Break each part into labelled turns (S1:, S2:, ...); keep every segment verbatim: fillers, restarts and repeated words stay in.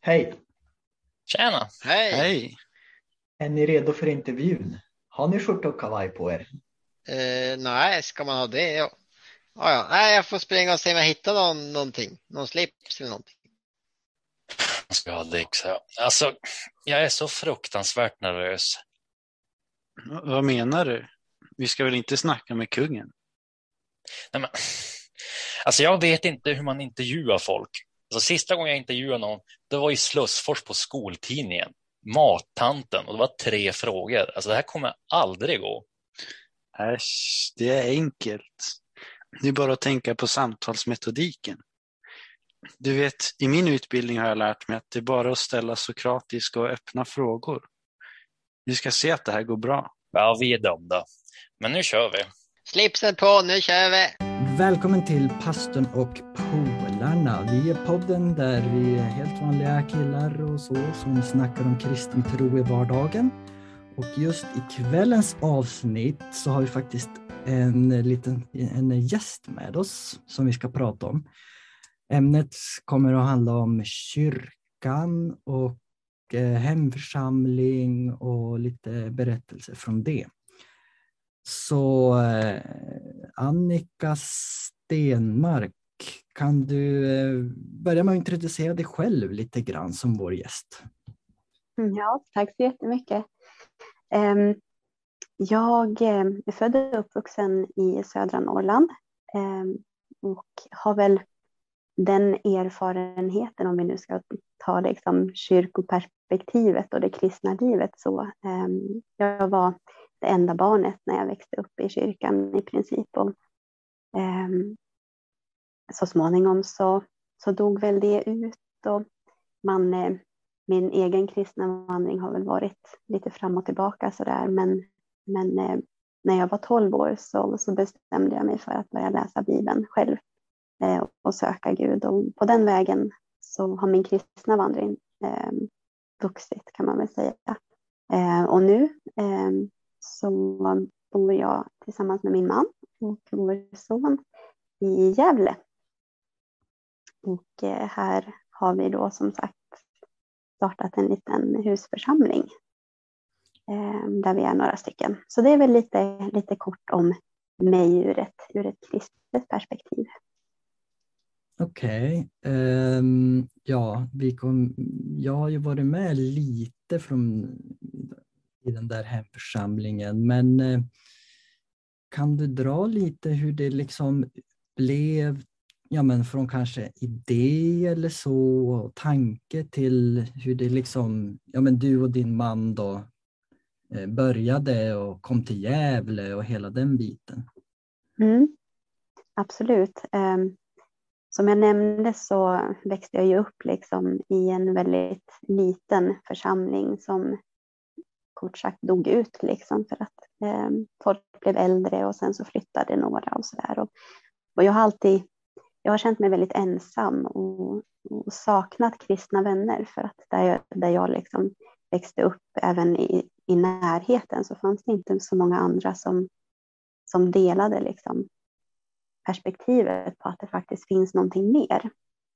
S1: Hej!
S2: Tjena!
S3: Hej!
S4: Hej!
S1: Är ni redo för intervjun? Har ni skjorta och kavaj på er?
S3: Eh, nej, ska man ha det? Ja. Ja, ja. Nej, jag får springa och se om jag hittar någon, någonting. Någon slips eller någonting.
S2: Ska jag ha Dix här? Alltså, jag är så fruktansvärt nervös.
S4: V- vad menar du? Vi ska väl inte snacka med kungen?
S2: Nej, men, alltså jag vet inte hur man intervjuar folk. Alltså, sista gången jag intervjuade någon, det var i Slussfors på skoltidningen. Mattanten, och det var tre frågor. Alltså det här kommer aldrig gå.
S4: Äsch, det är enkelt. Det är bara att tänka på samtalsmetodiken. Du vet, i min utbildning har jag lärt mig att det är bara att ställa sokratiska och öppna frågor. Vi ska se att det här går bra.
S2: Ja, vi är dömda. Men nu kör vi.
S3: Slipsen på, nu kör vi!
S5: Välkommen till Pastorn och Polarna. Vi är podden där vi är helt vanliga killar och så som snackar om kristen tro i vardagen. Och just i kvällens avsnitt så har vi faktiskt en liten en gäst med oss som vi ska prata om. Ämnet kommer att handla om kyrkan och eh, hemförsamling och lite berättelser från det. Så eh, Annika Stenmark, kan du eh, börja med att introducera dig själv lite grann som vår gäst?
S6: Ja, tack så jättemycket. Um, jag är född och uppvuxen i södra Norrland um, och har väl den erfarenheten, om vi nu ska ta liksom kyrkoperspektivet och det kristna livet, så um, jag var det enda barnet när jag växte upp i kyrkan i princip. Och, um, så småningom så, så dog väl det ut. Och man, eh, min egen kristna vandring har väl varit lite fram och tillbaka sådär. Men, men eh, när jag var tolv år så, så bestämde jag mig för att börja läsa Bibeln själv. Eh, och söka Gud. Och på den vägen så har min kristna vandring eh, vuxit, kan man väl säga. Eh, och nu eh, så bor jag tillsammans med min man och vår son i Gävle. Och eh, här har vi då som sagt startat en liten husförsamling eh, där vi är några stycken. Så det är väl lite, lite kort om mig ur ett, ur ett kristet perspektiv.
S5: Okej, okay. um, ja, vi kom, jag har ju varit med lite från i den där hemförsamlingen, men eh, kan du dra lite hur det liksom blev, ja men från kanske idé eller så, tanke till hur det liksom, ja men du och din man då eh, började och kom till Gävle och hela den biten?
S6: Mm, absolut. Um, som jag nämnde så växte jag ju upp liksom i en väldigt liten församling som kort sagt dog ut liksom för att eh, folk blev äldre och sen så flyttade några och sådär. Och, och jag har alltid, jag har känt mig väldigt ensam och, och saknat kristna vänner, för att där jag, där jag liksom växte upp även i, i närheten så fanns det inte så många andra som, som delade liksom perspektivet på att det faktiskt finns någonting mer.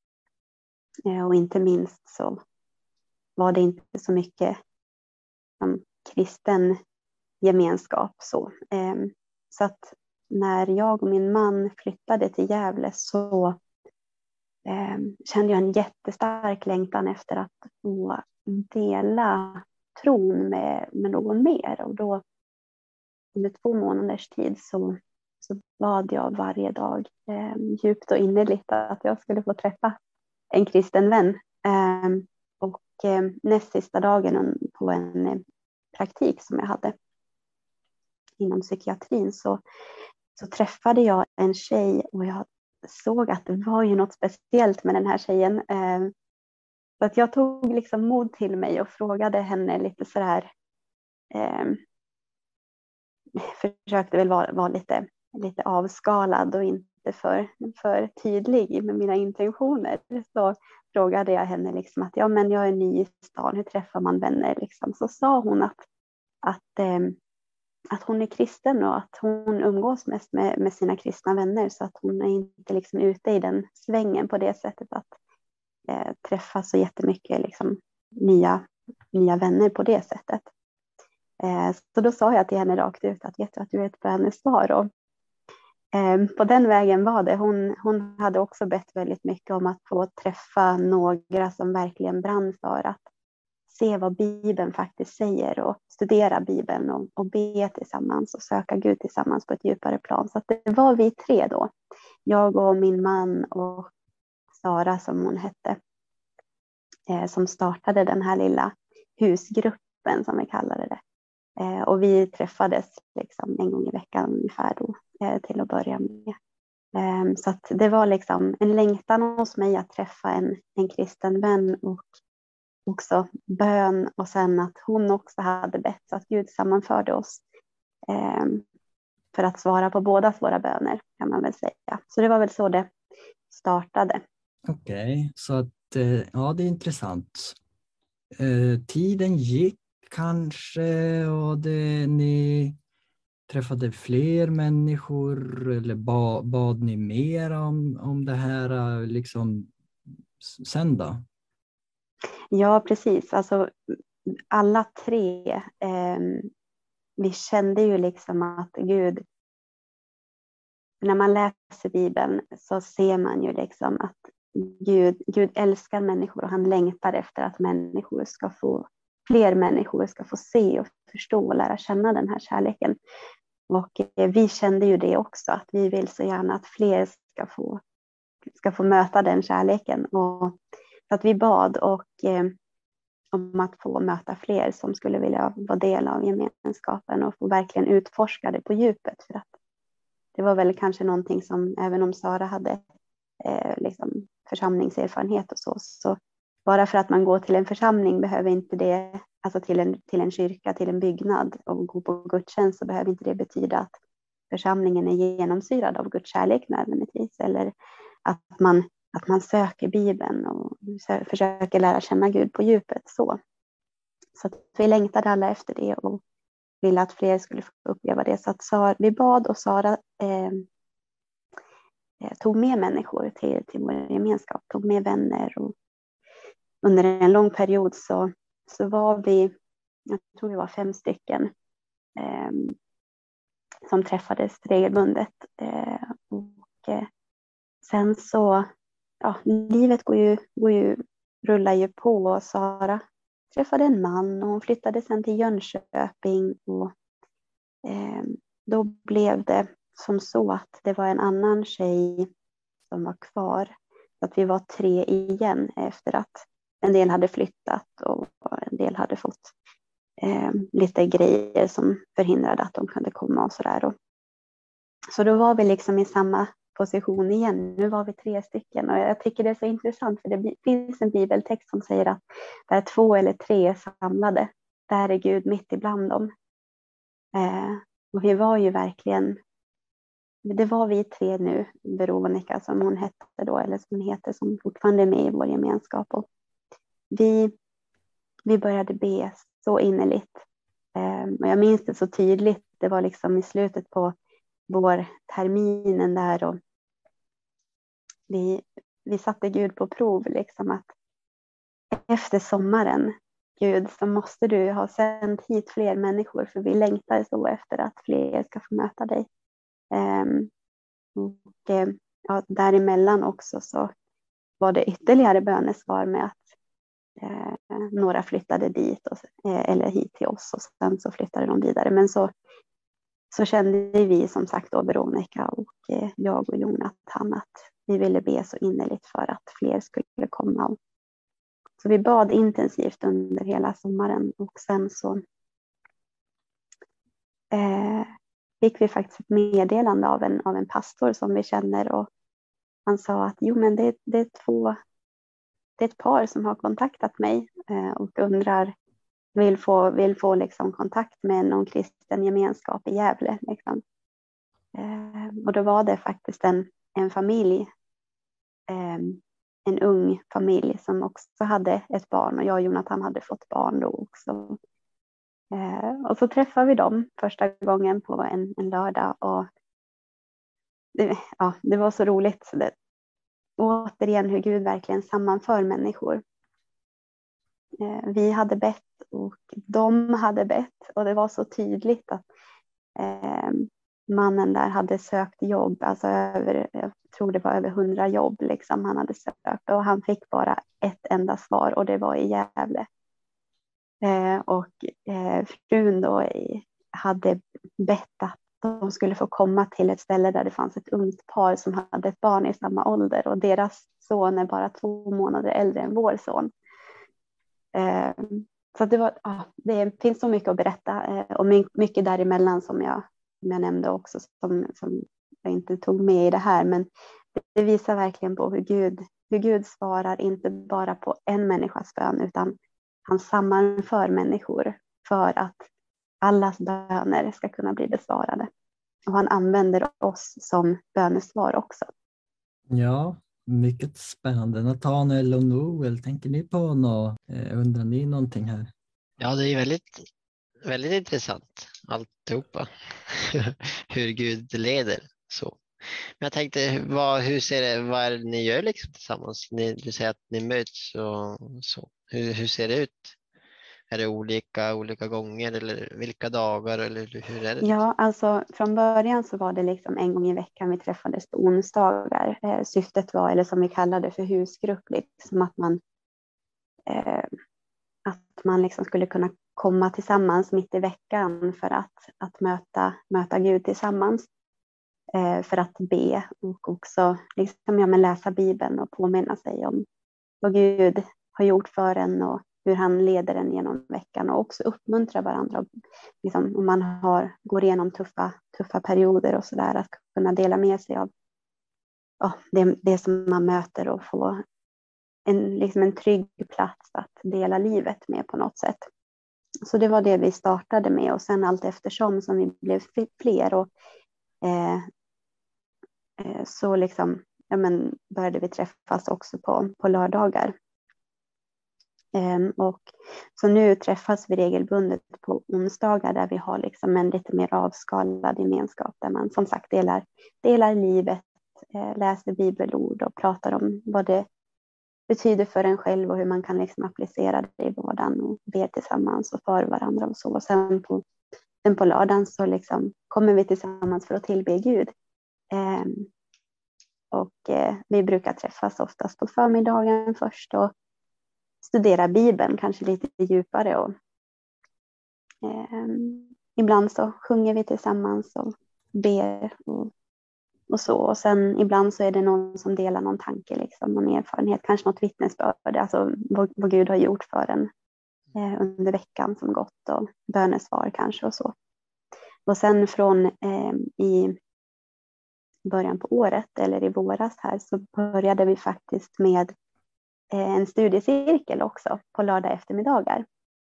S6: Eh, och inte minst så var det inte så mycket som kristen gemenskap. Så, eh, så att när jag och min man flyttade till Gävle så eh, kände jag en jättestark längtan efter att få dela tron med, med någon mer. Och då under två månaders tid så, så bad jag varje dag eh, djupt och innerligt att jag skulle få träffa en kristen vän. Eh, och eh, näst sista dagen på en eh, praktik som jag hade inom psykiatrin så, så träffade jag en tjej och jag såg att det var ju något speciellt med den här tjejen. Eh, så att jag tog liksom mod till mig och frågade henne lite sådär. Eh, försökte väl vara, vara lite, lite avskalad och inte för, för tydlig med mina intentioner. Så frågade jag henne liksom att ja, men jag är ny i stan, hur träffar man vänner liksom. Så sa hon att Att, eh, att hon är kristen och att hon umgås mest med, med sina kristna vänner, så att hon är inte liksom ute i den svängen på det sättet att, eh, träffa så jättemycket liksom, nya, nya vänner på det sättet. Eh, så då sa jag till henne rakt ut att vet du att du är ett bönesvar. Och, eh, på den vägen var det. Hon, hon hade också bett väldigt mycket om att få träffa några som verkligen brann för att se vad Bibeln faktiskt säger och studera Bibeln och, och be tillsammans och söka Gud tillsammans på ett djupare plan. Så att det var vi tre då. Jag och min man och Sara som hon hette. Eh, som startade den här lilla husgruppen som vi kallade det. Eh, och vi träffades liksom en gång i veckan ungefär då, eh, till att börja med. Eh, så att det var liksom en längtan hos mig att träffa en, en kristen vän och också bön, och sen att hon också hade bett så att Gud sammanförde oss eh, för att svara på bådas våra böner, kan man väl säga. Så det var väl så det startade.
S5: Okej, okay, så att eh, ja, det är intressant. Eh, tiden gick kanske och det, ni träffade fler människor eller ba, bad ni mer om, om det här liksom sen då?
S6: Ja, precis. Alltså alla tre, eh, vi kände ju liksom att Gud, när man läser Bibeln så ser man ju liksom att Gud, Gud älskar människor och han längtar efter att människor ska få, fler människor ska få se och förstå och lära känna den här kärleken. Och eh, vi kände ju det också, att vi vill så gärna att fler ska få, ska få möta den kärleken. Och så att vi bad och, eh, om att få möta fler som skulle vilja vara del av gemenskapen och få verkligen utforska det på djupet. För att det var väl kanske någonting som, även om Sara hade eh, liksom församlingserfarenhet och så, så bara för att man går till en församling behöver inte det, alltså till en, till en kyrka, till en byggnad och gå på gudstjänst, så behöver inte det betyda att församlingen är genomsyrad av Guds kärlek nödvändigtvis, eller att man, att man söker Bibeln och försöker lära känna Gud på djupet. Så, så att vi längtade alla efter det och ville att fler skulle få uppleva det. Så att Sara, vi bad och Sara eh, tog med människor till, till vår gemenskap, tog med vänner, och under en lång period så, så var vi, jag tror vi var fem stycken eh, som träffades regelbundet. Eh, och eh, sen så, ja, livet går ju, går ju, rullar ju på, och Sara träffade en man och hon flyttade sen till Jönköping, och eh, då blev det som så att det var en annan tjej som var kvar. Så att vi var tre igen efter att en del hade flyttat och en del hade fått eh, lite grejer som förhindrade att de kunde komma och sådär. Så då var vi liksom i samma position igen. Nu var vi tre stycken, och jag tycker det är så intressant, för det finns en bibeltext som säger att där två eller tre är samlade, där är Gud mitt ibland dem. Eh, och vi var ju verkligen, det var vi tre nu, Veronica som hon hette då, eller som hon heter, som fortfarande är med i vår gemenskap. Och vi, vi började be så innerligt. Eh, och jag minns det så tydligt, det var liksom i slutet på vår terminen där, och vi, vi satte Gud på prov liksom, att efter sommaren, Gud, så måste du ha sänt hit fler människor, för vi längtar så efter att fler ska få möta dig. Um, och uh, ja, däremellan också så var det ytterligare bönesvar med att uh, några flyttade dit och, uh, eller hit till oss, och sen så flyttade de vidare. Men så Så kände vi som sagt då, Veronica och uh, jag och Jonathan, att vi ville be så innerligt för att fler skulle komma. Så vi bad intensivt under hela sommaren, och sen så eh, fick vi faktiskt ett meddelande av en, av en pastor som vi känner, och han sa att jo, men det, det är två, det är ett par som har kontaktat mig eh, och undrar, vill få, vill få liksom kontakt med någon kristen gemenskap i Gävle. Liksom. Eh, och då var det faktiskt en, en familj, eh, en ung familj som också hade ett barn, och jag och Jonathan hade fått barn då också. Eh, och så träffade vi dem första gången på en, en lördag, och det, ja, det var så roligt. Det, återigen hur Gud verkligen sammanför människor. Eh, vi hade bett och de hade bett och det var så tydligt att eh, mannen där hade sökt jobb, alltså över, jag tror det var över hundra jobb liksom han hade sökt, och han fick bara ett enda svar och det var i Gävle. Eh, och eh, frun då i, hade bett att de skulle få komma till ett ställe där det fanns ett ungt par som hade ett barn i samma ålder och deras son är bara två månader äldre än vår son. Eh, så det, var, ah, det finns så mycket att berätta eh, och mycket däremellan som jag, som jag nämnde också som, som jag inte tog med i det här, men det visar verkligen på hur Gud, hur Gud svarar inte bara på en människas bön utan han sammanför människor för att allas böner ska kunna bli besvarade. Och han använder oss som bönesvar också.
S5: Ja, mycket spännande. Nathanael och Noel, tänker ni på något? Undrar ni någonting här?
S3: Ja, det är väldigt, väldigt intressant alltihopa. Hur Gud leder så. Men jag tänkte, vad, hur ser det, vad är det ni gör liksom tillsammans? Ni, du säger att ni möts och så. Hur, hur ser det ut? Är det olika, olika gånger eller vilka dagar eller hur är det?
S6: Ja, alltså från början så var det liksom en gång i veckan vi träffades på onsdagar. Eh, syftet var, eller som vi kallade för husgrupp, liksom att man, eh, att man liksom skulle kunna komma tillsammans mitt i veckan för att, att möta, möta Gud tillsammans. Eh, för att be och också liksom, ja, men läsa Bibeln och påminna sig om vad Gud har gjort för en och hur han leder en genom veckan och också uppmuntra varandra. Liksom, om man har, går igenom tuffa, tuffa perioder och sådär, att kunna dela med sig av ja, det, det som man möter och få en, liksom en trygg plats att dela livet med på något sätt. Så det var det vi startade med och sen allt eftersom som vi blev fler och eh, eh, så liksom, ja, men började vi träffas också på, på lördagar. Um, och så nu träffas vi regelbundet på onsdagar där vi har liksom en lite mer avskalad gemenskap där man som sagt delar, delar livet, eh, läser bibelord och pratar om vad det betyder för en själv och hur man kan liksom applicera det i vardagen och be tillsammans och för varandra och så. Och sen på, sen på lördagen så liksom kommer vi tillsammans för att tillbe Gud. Um, och eh, vi brukar träffas oftast på förmiddagen först och studera Bibeln kanske lite djupare och eh, ibland så sjunger vi tillsammans och ber och, och så och sen ibland så är det någon som delar någon tanke liksom, någon erfarenhet, kanske något vittnesbörd, alltså vad, vad Gud har gjort för en eh, under veckan som gått och bönesvar kanske och så. Och sen från eh, i början på året eller i våras här så började vi faktiskt med en studiecirkel också på lördag eftermiddagar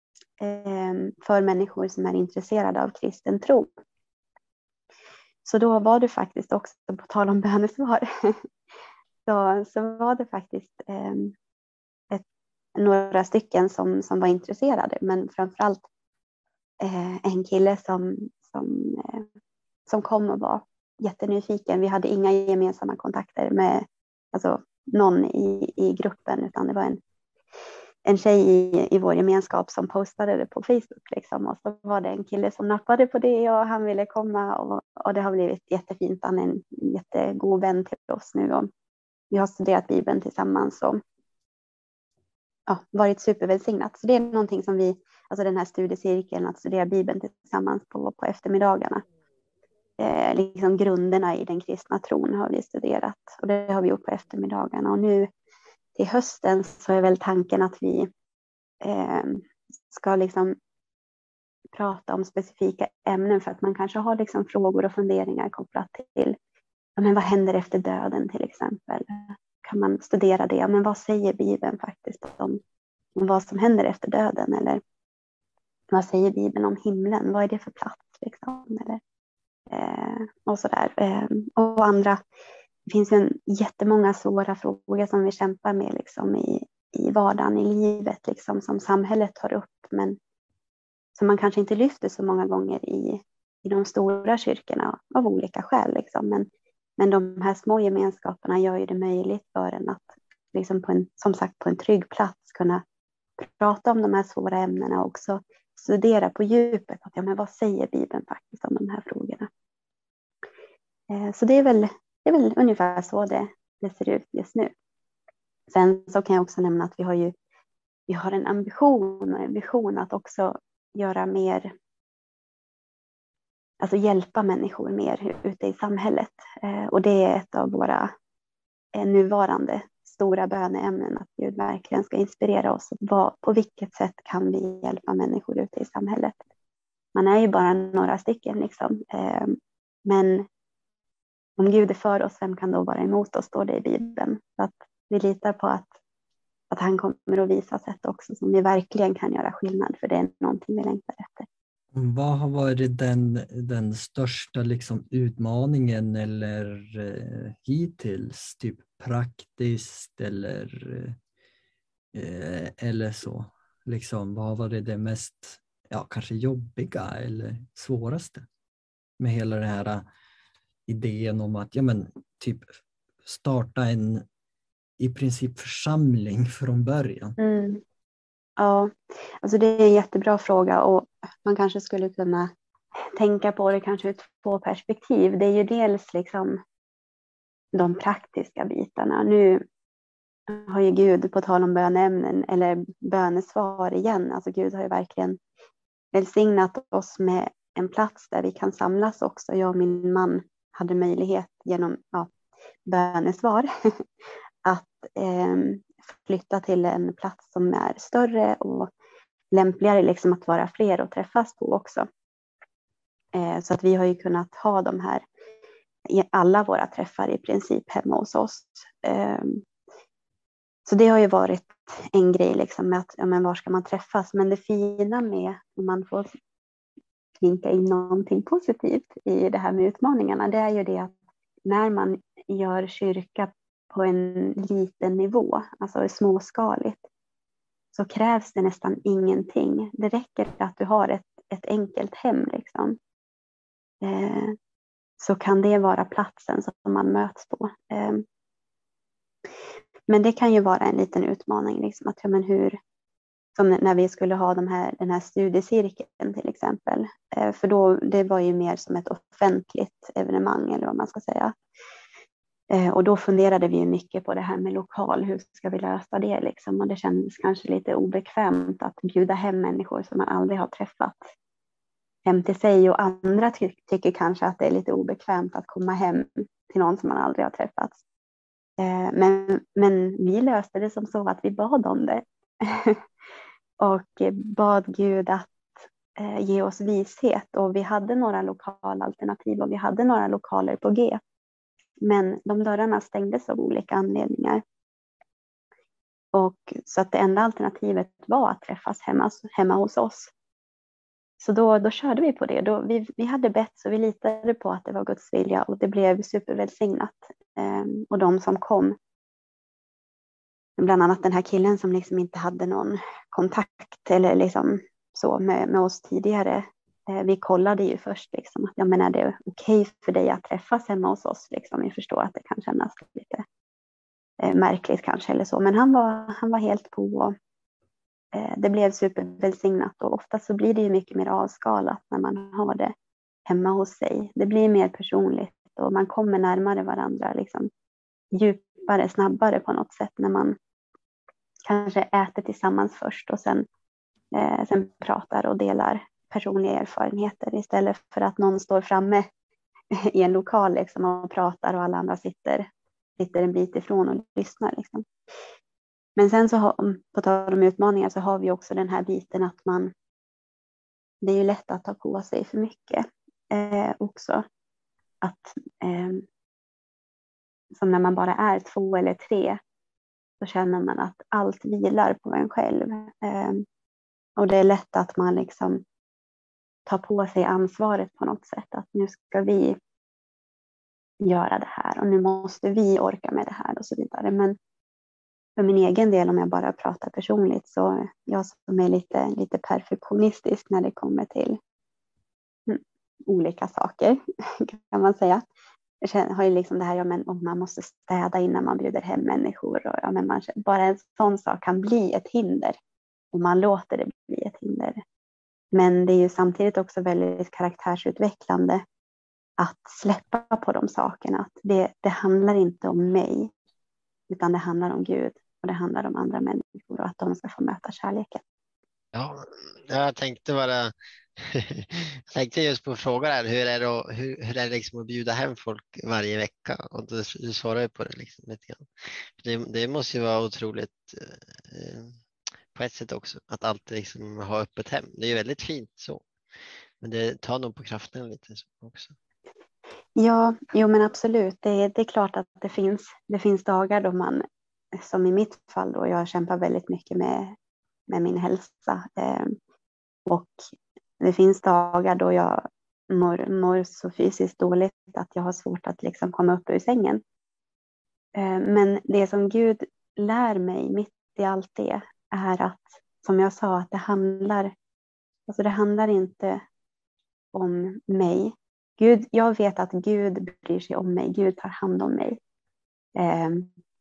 S6: för människor som är intresserade av kristen tro. Så då var det faktiskt också, på tal om bönesvar, så, så var det faktiskt ett, några stycken som, som var intresserade, men framförallt en kille som, som, som kom och var jättenyfiken. Vi hade inga gemensamma kontakter med alltså, någon i, i gruppen, utan det var en, en tjej i, i vår gemenskap som postade det på Facebook liksom, och så var det en kille som nappade på det och han ville komma och, och det har blivit jättefint. Han är en jättegod vän till oss nu och vi har studerat Bibeln tillsammans och ja, varit supervälsignat. Så det är någonting som vi, alltså den här studiecirkeln att studera Bibeln tillsammans på, på eftermiddagarna. Eh, liksom grunderna i den kristna tron har vi studerat och det har vi gjort på eftermiddagarna och nu till hösten så är väl tanken att vi eh, ska liksom prata om specifika ämnen för att man kanske har liksom frågor och funderingar kopplat till ja, men vad händer efter döden till exempel, kan man studera det, ja, men vad säger Bibeln faktiskt om, om vad som händer efter döden, eller vad säger Bibeln om himlen, vad är det för plats liksom, eller Eh, och sådär. Eh, och andra, det finns ju en jättemånga svåra frågor som vi kämpar med liksom i, i vardagen, i livet liksom, som samhället tar upp men som man kanske inte lyfter så många gånger i, i de stora kyrkorna av olika skäl liksom. Men Men de här små gemenskaperna gör ju det möjligt för en att liksom på en, som sagt på en trygg plats kunna prata om de här svåra ämnena och också studera på djupet. Att, ja, men vad säger Bibeln faktiskt om de här frågorna? Eh, så det är, väl, det är väl ungefär så det, det ser ut just nu. Sen så kan jag också nämna att vi har ju vi har en ambition och en vision att också göra mer, alltså hjälpa människor mer ute i samhället. Eh, och det är ett av våra eh, nuvarande stora böneämnen, att Gud verkligen ska inspirera oss. Vad, på vilket sätt kan vi hjälpa människor ute i samhället? Man är ju bara några stycken liksom. Eh, men om Gud är för oss, vem kan då vara emot oss, står det i Bibeln. Så att vi litar på att, att han kommer att visa sätt också som vi verkligen kan göra skillnad, för det är någonting vi längtar efter.
S5: Vad har varit den, den största liksom utmaningen eller eh, hittills? Typ praktiskt eller, eh, eller så? Liksom, vad har varit det mest, ja, kanske jobbiga eller svåraste med hela den här uh, idén om att ja, men, typ starta en i princip församling från början?
S6: Mm. Ja, alltså det är en jättebra fråga och man kanske skulle kunna tänka på det kanske ur två perspektiv. Det är ju dels liksom de praktiska bitarna. Nu har ju Gud, på tal om bönämnen eller bönesvar igen, alltså Gud har ju verkligen välsignat oss med en plats där vi kan samlas också. Jag och min man hade möjlighet genom ja, bönesvar att eh, flytta till en plats som är större och lämpligare liksom att vara fler och träffas på också. Eh, så att vi har ju kunnat ha de här, alla våra träffar i princip hemma hos oss. Eh, så det har ju varit en grej liksom med att, ja, men var ska man träffas? Men det fina med, om man får klinka in någonting positivt i det här med utmaningarna, det är ju det att när man gör kyrka på en liten nivå, alltså småskaligt, så krävs det nästan ingenting. Det räcker att du har ett, ett enkelt hem liksom. Eh, så kan det vara platsen som man möts på. Eh, men det kan ju vara en liten utmaning liksom, att ja, men hur, som när vi skulle ha de här, den här studiecirkeln till exempel. Eh, för då, det var ju mer som ett offentligt evenemang eller vad man ska säga. Eh, och då funderade vi mycket på det här med lokal. Hur ska vi lösa det liksom? Och det kändes kanske lite obekvämt att bjuda hem människor som man aldrig har träffat hem till sig. Och andra ty- tycker kanske att det är lite obekvämt att komma hem till någon som man aldrig har träffat. Eh, men, men vi löste det som så att vi bad om det. och bad Gud att eh, ge oss vishet. Och vi hade några lokala alternativ och vi hade några lokaler på G. Men de dörrarna stängdes av olika anledningar. Och så att det enda alternativet var att träffas hemma, hemma hos oss. Så då, då körde vi på det. Då, vi, vi hade bett så vi litade på att det var Guds vilja och det blev supervälsignat. Ehm, och de som kom, bland annat den här killen som liksom inte hade någon kontakt eller liksom så med, med oss tidigare. Vi kollade ju först liksom att ja, men är det okej för dig att träffas hemma hos oss liksom. Vi förstår att det kan kännas lite eh, märkligt kanske eller så, men han var, han var helt på. Eh, det blev supervälsignat och ofta så blir det ju mycket mer avskalat när man har det hemma hos sig. Det blir mer personligt och man kommer närmare varandra liksom djupare, snabbare på något sätt när man kanske äter tillsammans först och sen, eh, sen pratar och delar personliga erfarenheter istället för att någon står framme i en lokal liksom och pratar och alla andra sitter, sitter en bit ifrån och lyssnar. Liksom. Men sen så har, på tal om utmaningar så har vi också den här biten att man, det är ju lätt att ta på sig för mycket eh, också. Att eh, som när man bara är två eller tre så känner man att allt vilar på en själv. Eh, och det är lätt att man liksom ta på sig ansvaret på något sätt. Att nu ska vi göra det här och nu måste vi orka med det här och så vidare. Men för min egen del, om jag bara pratar personligt, så jag som är lite, lite perfektionistisk när det kommer till mm, olika saker kan man säga. jag har ju liksom det här, ja, men, om man måste städa innan man bjuder hem människor. Och, ja, men man, bara en sån sak kan bli ett hinder. Och man låter det bli ett hinder. Men det är ju samtidigt också väldigt karaktärsutvecklande att släppa på de sakerna. Att det, det handlar inte om mig, utan det handlar om Gud. Och det handlar om andra människor och att de ska få möta kärleken.
S3: Ja, jag tänkte bara jag tänkte just på frågan här, hur är det, hur, hur är det liksom att bjuda hem folk varje vecka? Och du, du svarar ju på det liksom lite grann. Det, det måste ju vara otroligt eh, på ett sätt också, att alltid liksom ha öppet hem. Det är ju väldigt fint så. Men det tar nog på kraften lite också.
S6: Ja, jo men absolut. Det, det är klart att det finns, det finns dagar då man, som i mitt fall då, jag kämpar väldigt mycket med, med min hälsa. Eh, och det finns dagar då jag mår, mår så fysiskt dåligt att jag har svårt att liksom komma upp ur sängen. Eh, men det som Gud lär mig mitt i allt det är att, som jag sa, att det handlar, alltså det handlar inte om mig. Gud, jag vet att Gud bryr sig om mig. Gud tar hand om mig. Eh,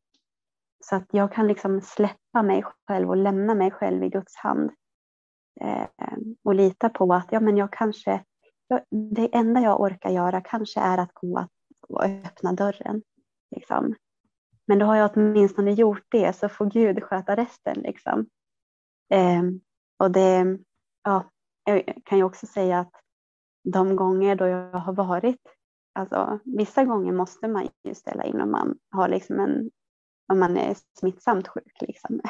S6: så att jag kan liksom släppa mig själv och lämna mig själv i Guds hand. Eh, och lita på att ja, men jag kanske, jag, det enda jag orkar göra kanske är att gå och öppna dörren. Liksom. Men då har jag åtminstone gjort det, så får Gud sköta resten. Liksom. Eh, och det, ja, jag kan ju också säga att de gånger då jag har varit, alltså vissa gånger måste man ju ställa in om man har liksom en, om man är smittsamt sjuk liksom.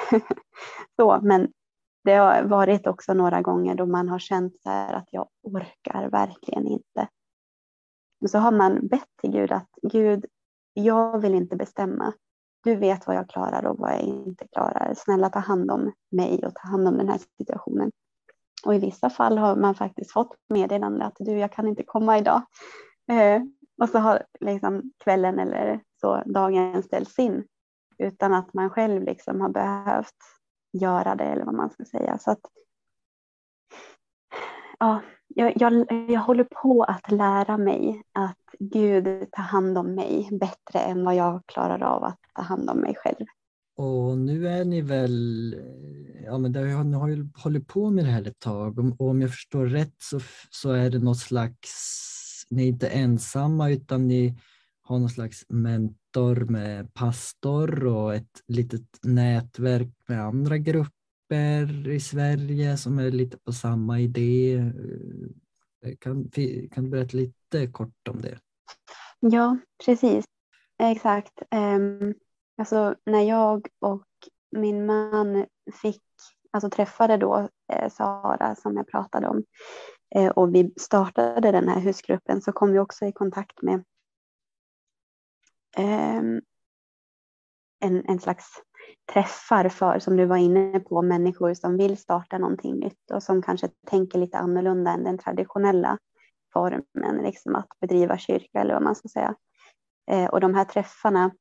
S6: Så, men det har varit också några gånger då man har känt så här att jag orkar verkligen inte. Och så har man bett till Gud att Gud, jag vill inte bestämma. Du vet vad jag klarar och vad jag inte klarar. Snälla ta hand om mig och ta hand om den här situationen. Och i vissa fall har man faktiskt fått meddelande att du, jag kan inte komma idag. Eh, och så har liksom kvällen eller så dagen ställts in utan att man själv liksom har behövt göra det, eller vad man ska säga. Så att ja, jag, jag, jag håller på att lära mig att Gud tar hand om mig bättre än vad jag klarar av att ta hand om mig själv.
S5: Och nu är ni väl, ja men det, ni har ju hållit på med det här ett tag, och om jag förstår rätt så, så är det något slags, ni är inte ensamma utan ni har någon slags mentor med pastor och ett litet nätverk med andra grupper i Sverige som är lite på samma idé. Kan, kan du berätta lite kort om det?
S6: Ja, precis. Exakt. Um... Alltså när jag och min man fick, alltså träffade då eh, Sara som jag pratade om eh, och vi startade den här husgruppen, så kom vi också i kontakt med eh, en, en slags träffar för, som du var inne på, människor som vill starta någonting nytt och som kanske tänker lite annorlunda än den traditionella formen, liksom att bedriva kyrka eller vad man ska säga. Eh, och de här träffarna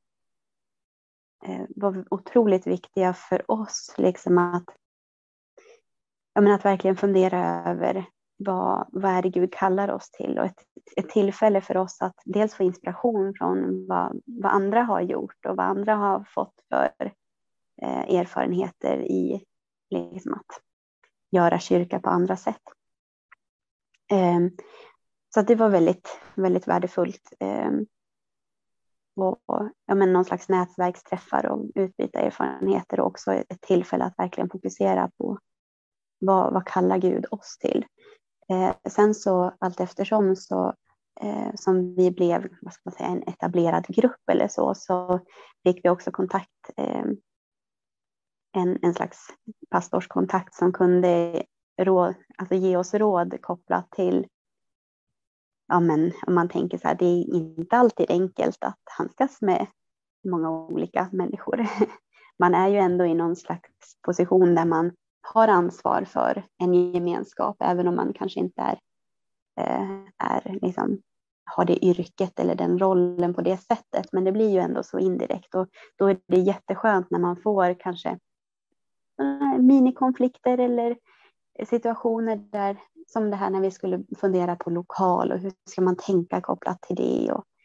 S6: var otroligt viktiga för oss, liksom att, jag menar, att verkligen fundera över vad, vad är det Gud kallar oss till, och ett, ett tillfälle för oss att dels få inspiration från vad, vad andra har gjort och vad andra har fått för eh, erfarenheter i liksom att göra kyrka på andra sätt. Eh, så att det var väldigt, väldigt värdefullt. Eh, och ja, men någon slags nätverksträffar och utbyta erfarenheter, och också ett tillfälle att verkligen fokusera på vad, vad kallar Gud oss till. Eh, sen så allt eftersom så eh, som vi blev, vad ska man säga, en etablerad grupp eller så, så fick vi också kontakt, eh, en, en slags pastorskontakt som kunde råd, alltså ge oss råd kopplat till, ja, men om man tänker så här, det är inte alltid enkelt att handskas med många olika människor. Man är ju ändå i någon slags position där man har ansvar för en gemenskap, även om man kanske inte är, är liksom, har det yrket eller den rollen på det sättet. Men det blir ju ändå så indirekt, och då är det jätteskönt när man får kanske minikonflikter eller situationer där, som det här när vi skulle fundera på lokal och hur ska man tänka kopplat till det, och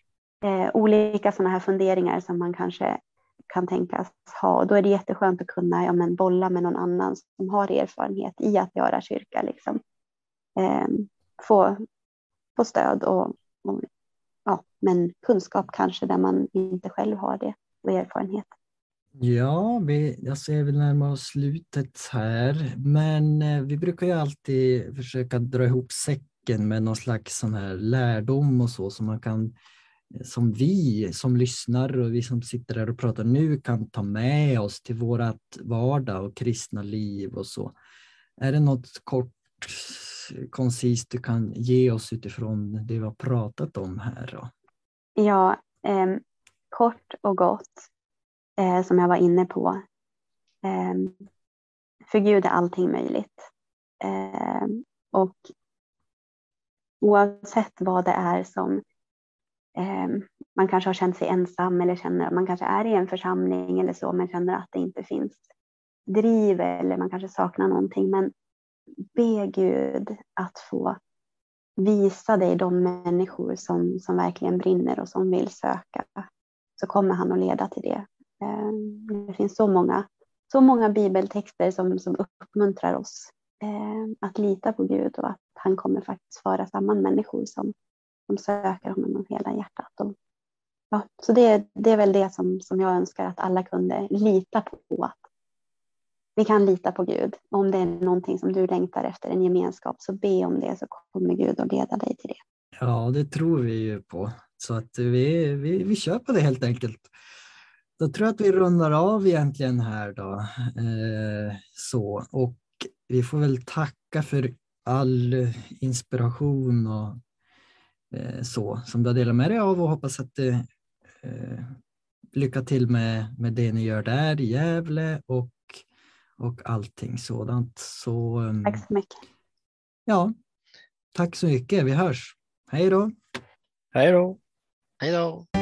S6: eh, olika sådana här funderingar som man kanske kan tänkas ha. Och då är det jätteskönt att kunna ja, men bolla med någon annan som har erfarenhet i att göra kyrka. Liksom. Eh, få, få stöd och, och ja, men kunskap kanske där man inte själv har det och erfarenhet.
S5: Ja, vi, jag ser väl närmare oss slutet här, men eh, vi brukar ju alltid försöka dra ihop säcken med någon slags sån här lärdom och så som man kan, som vi som lyssnar och vi som sitter där och pratar nu kan ta med oss till vårat vardag och kristna liv och så. Är det något kort, koncist du kan ge oss utifrån det vi har pratat om här då?
S6: Ja, eh, kort och gott. Eh, som jag var inne på. Eh, för Gud är allting möjligt. Eh, och oavsett vad det är som eh, man kanske har känt sig ensam eller känner att man kanske är i en församling eller så men känner att det inte finns driv eller man kanske saknar någonting. Men be Gud att få visa dig de människor som, som verkligen brinner och som vill söka. Så kommer han att leda till det. Det finns så många, så många bibeltexter som, som uppmuntrar oss eh, att lita på Gud och att han kommer faktiskt föra samman människor som, som söker honom av hela hjärtat. Och, ja, så det, det är väl det som, som jag önskar att alla kunde lita på. Att vi kan lita på Gud. Om det är någonting som du längtar efter, en gemenskap, så be om det så kommer Gud att leda dig till det.
S5: Ja, det tror vi ju på. Så att vi, vi, vi kör på det helt enkelt. Då tror jag att vi rundar av egentligen här då. Eh, så. Och vi får väl tacka för all inspiration och eh, så som du har delat med dig av och hoppas att det eh, lycka till med, med det ni gör där i Gävle och, och allting sådant. Så, um,
S6: Tack så mycket.
S5: Ja, tack så mycket. Vi hörs. Hej då.
S4: Hej då.
S3: Hej då.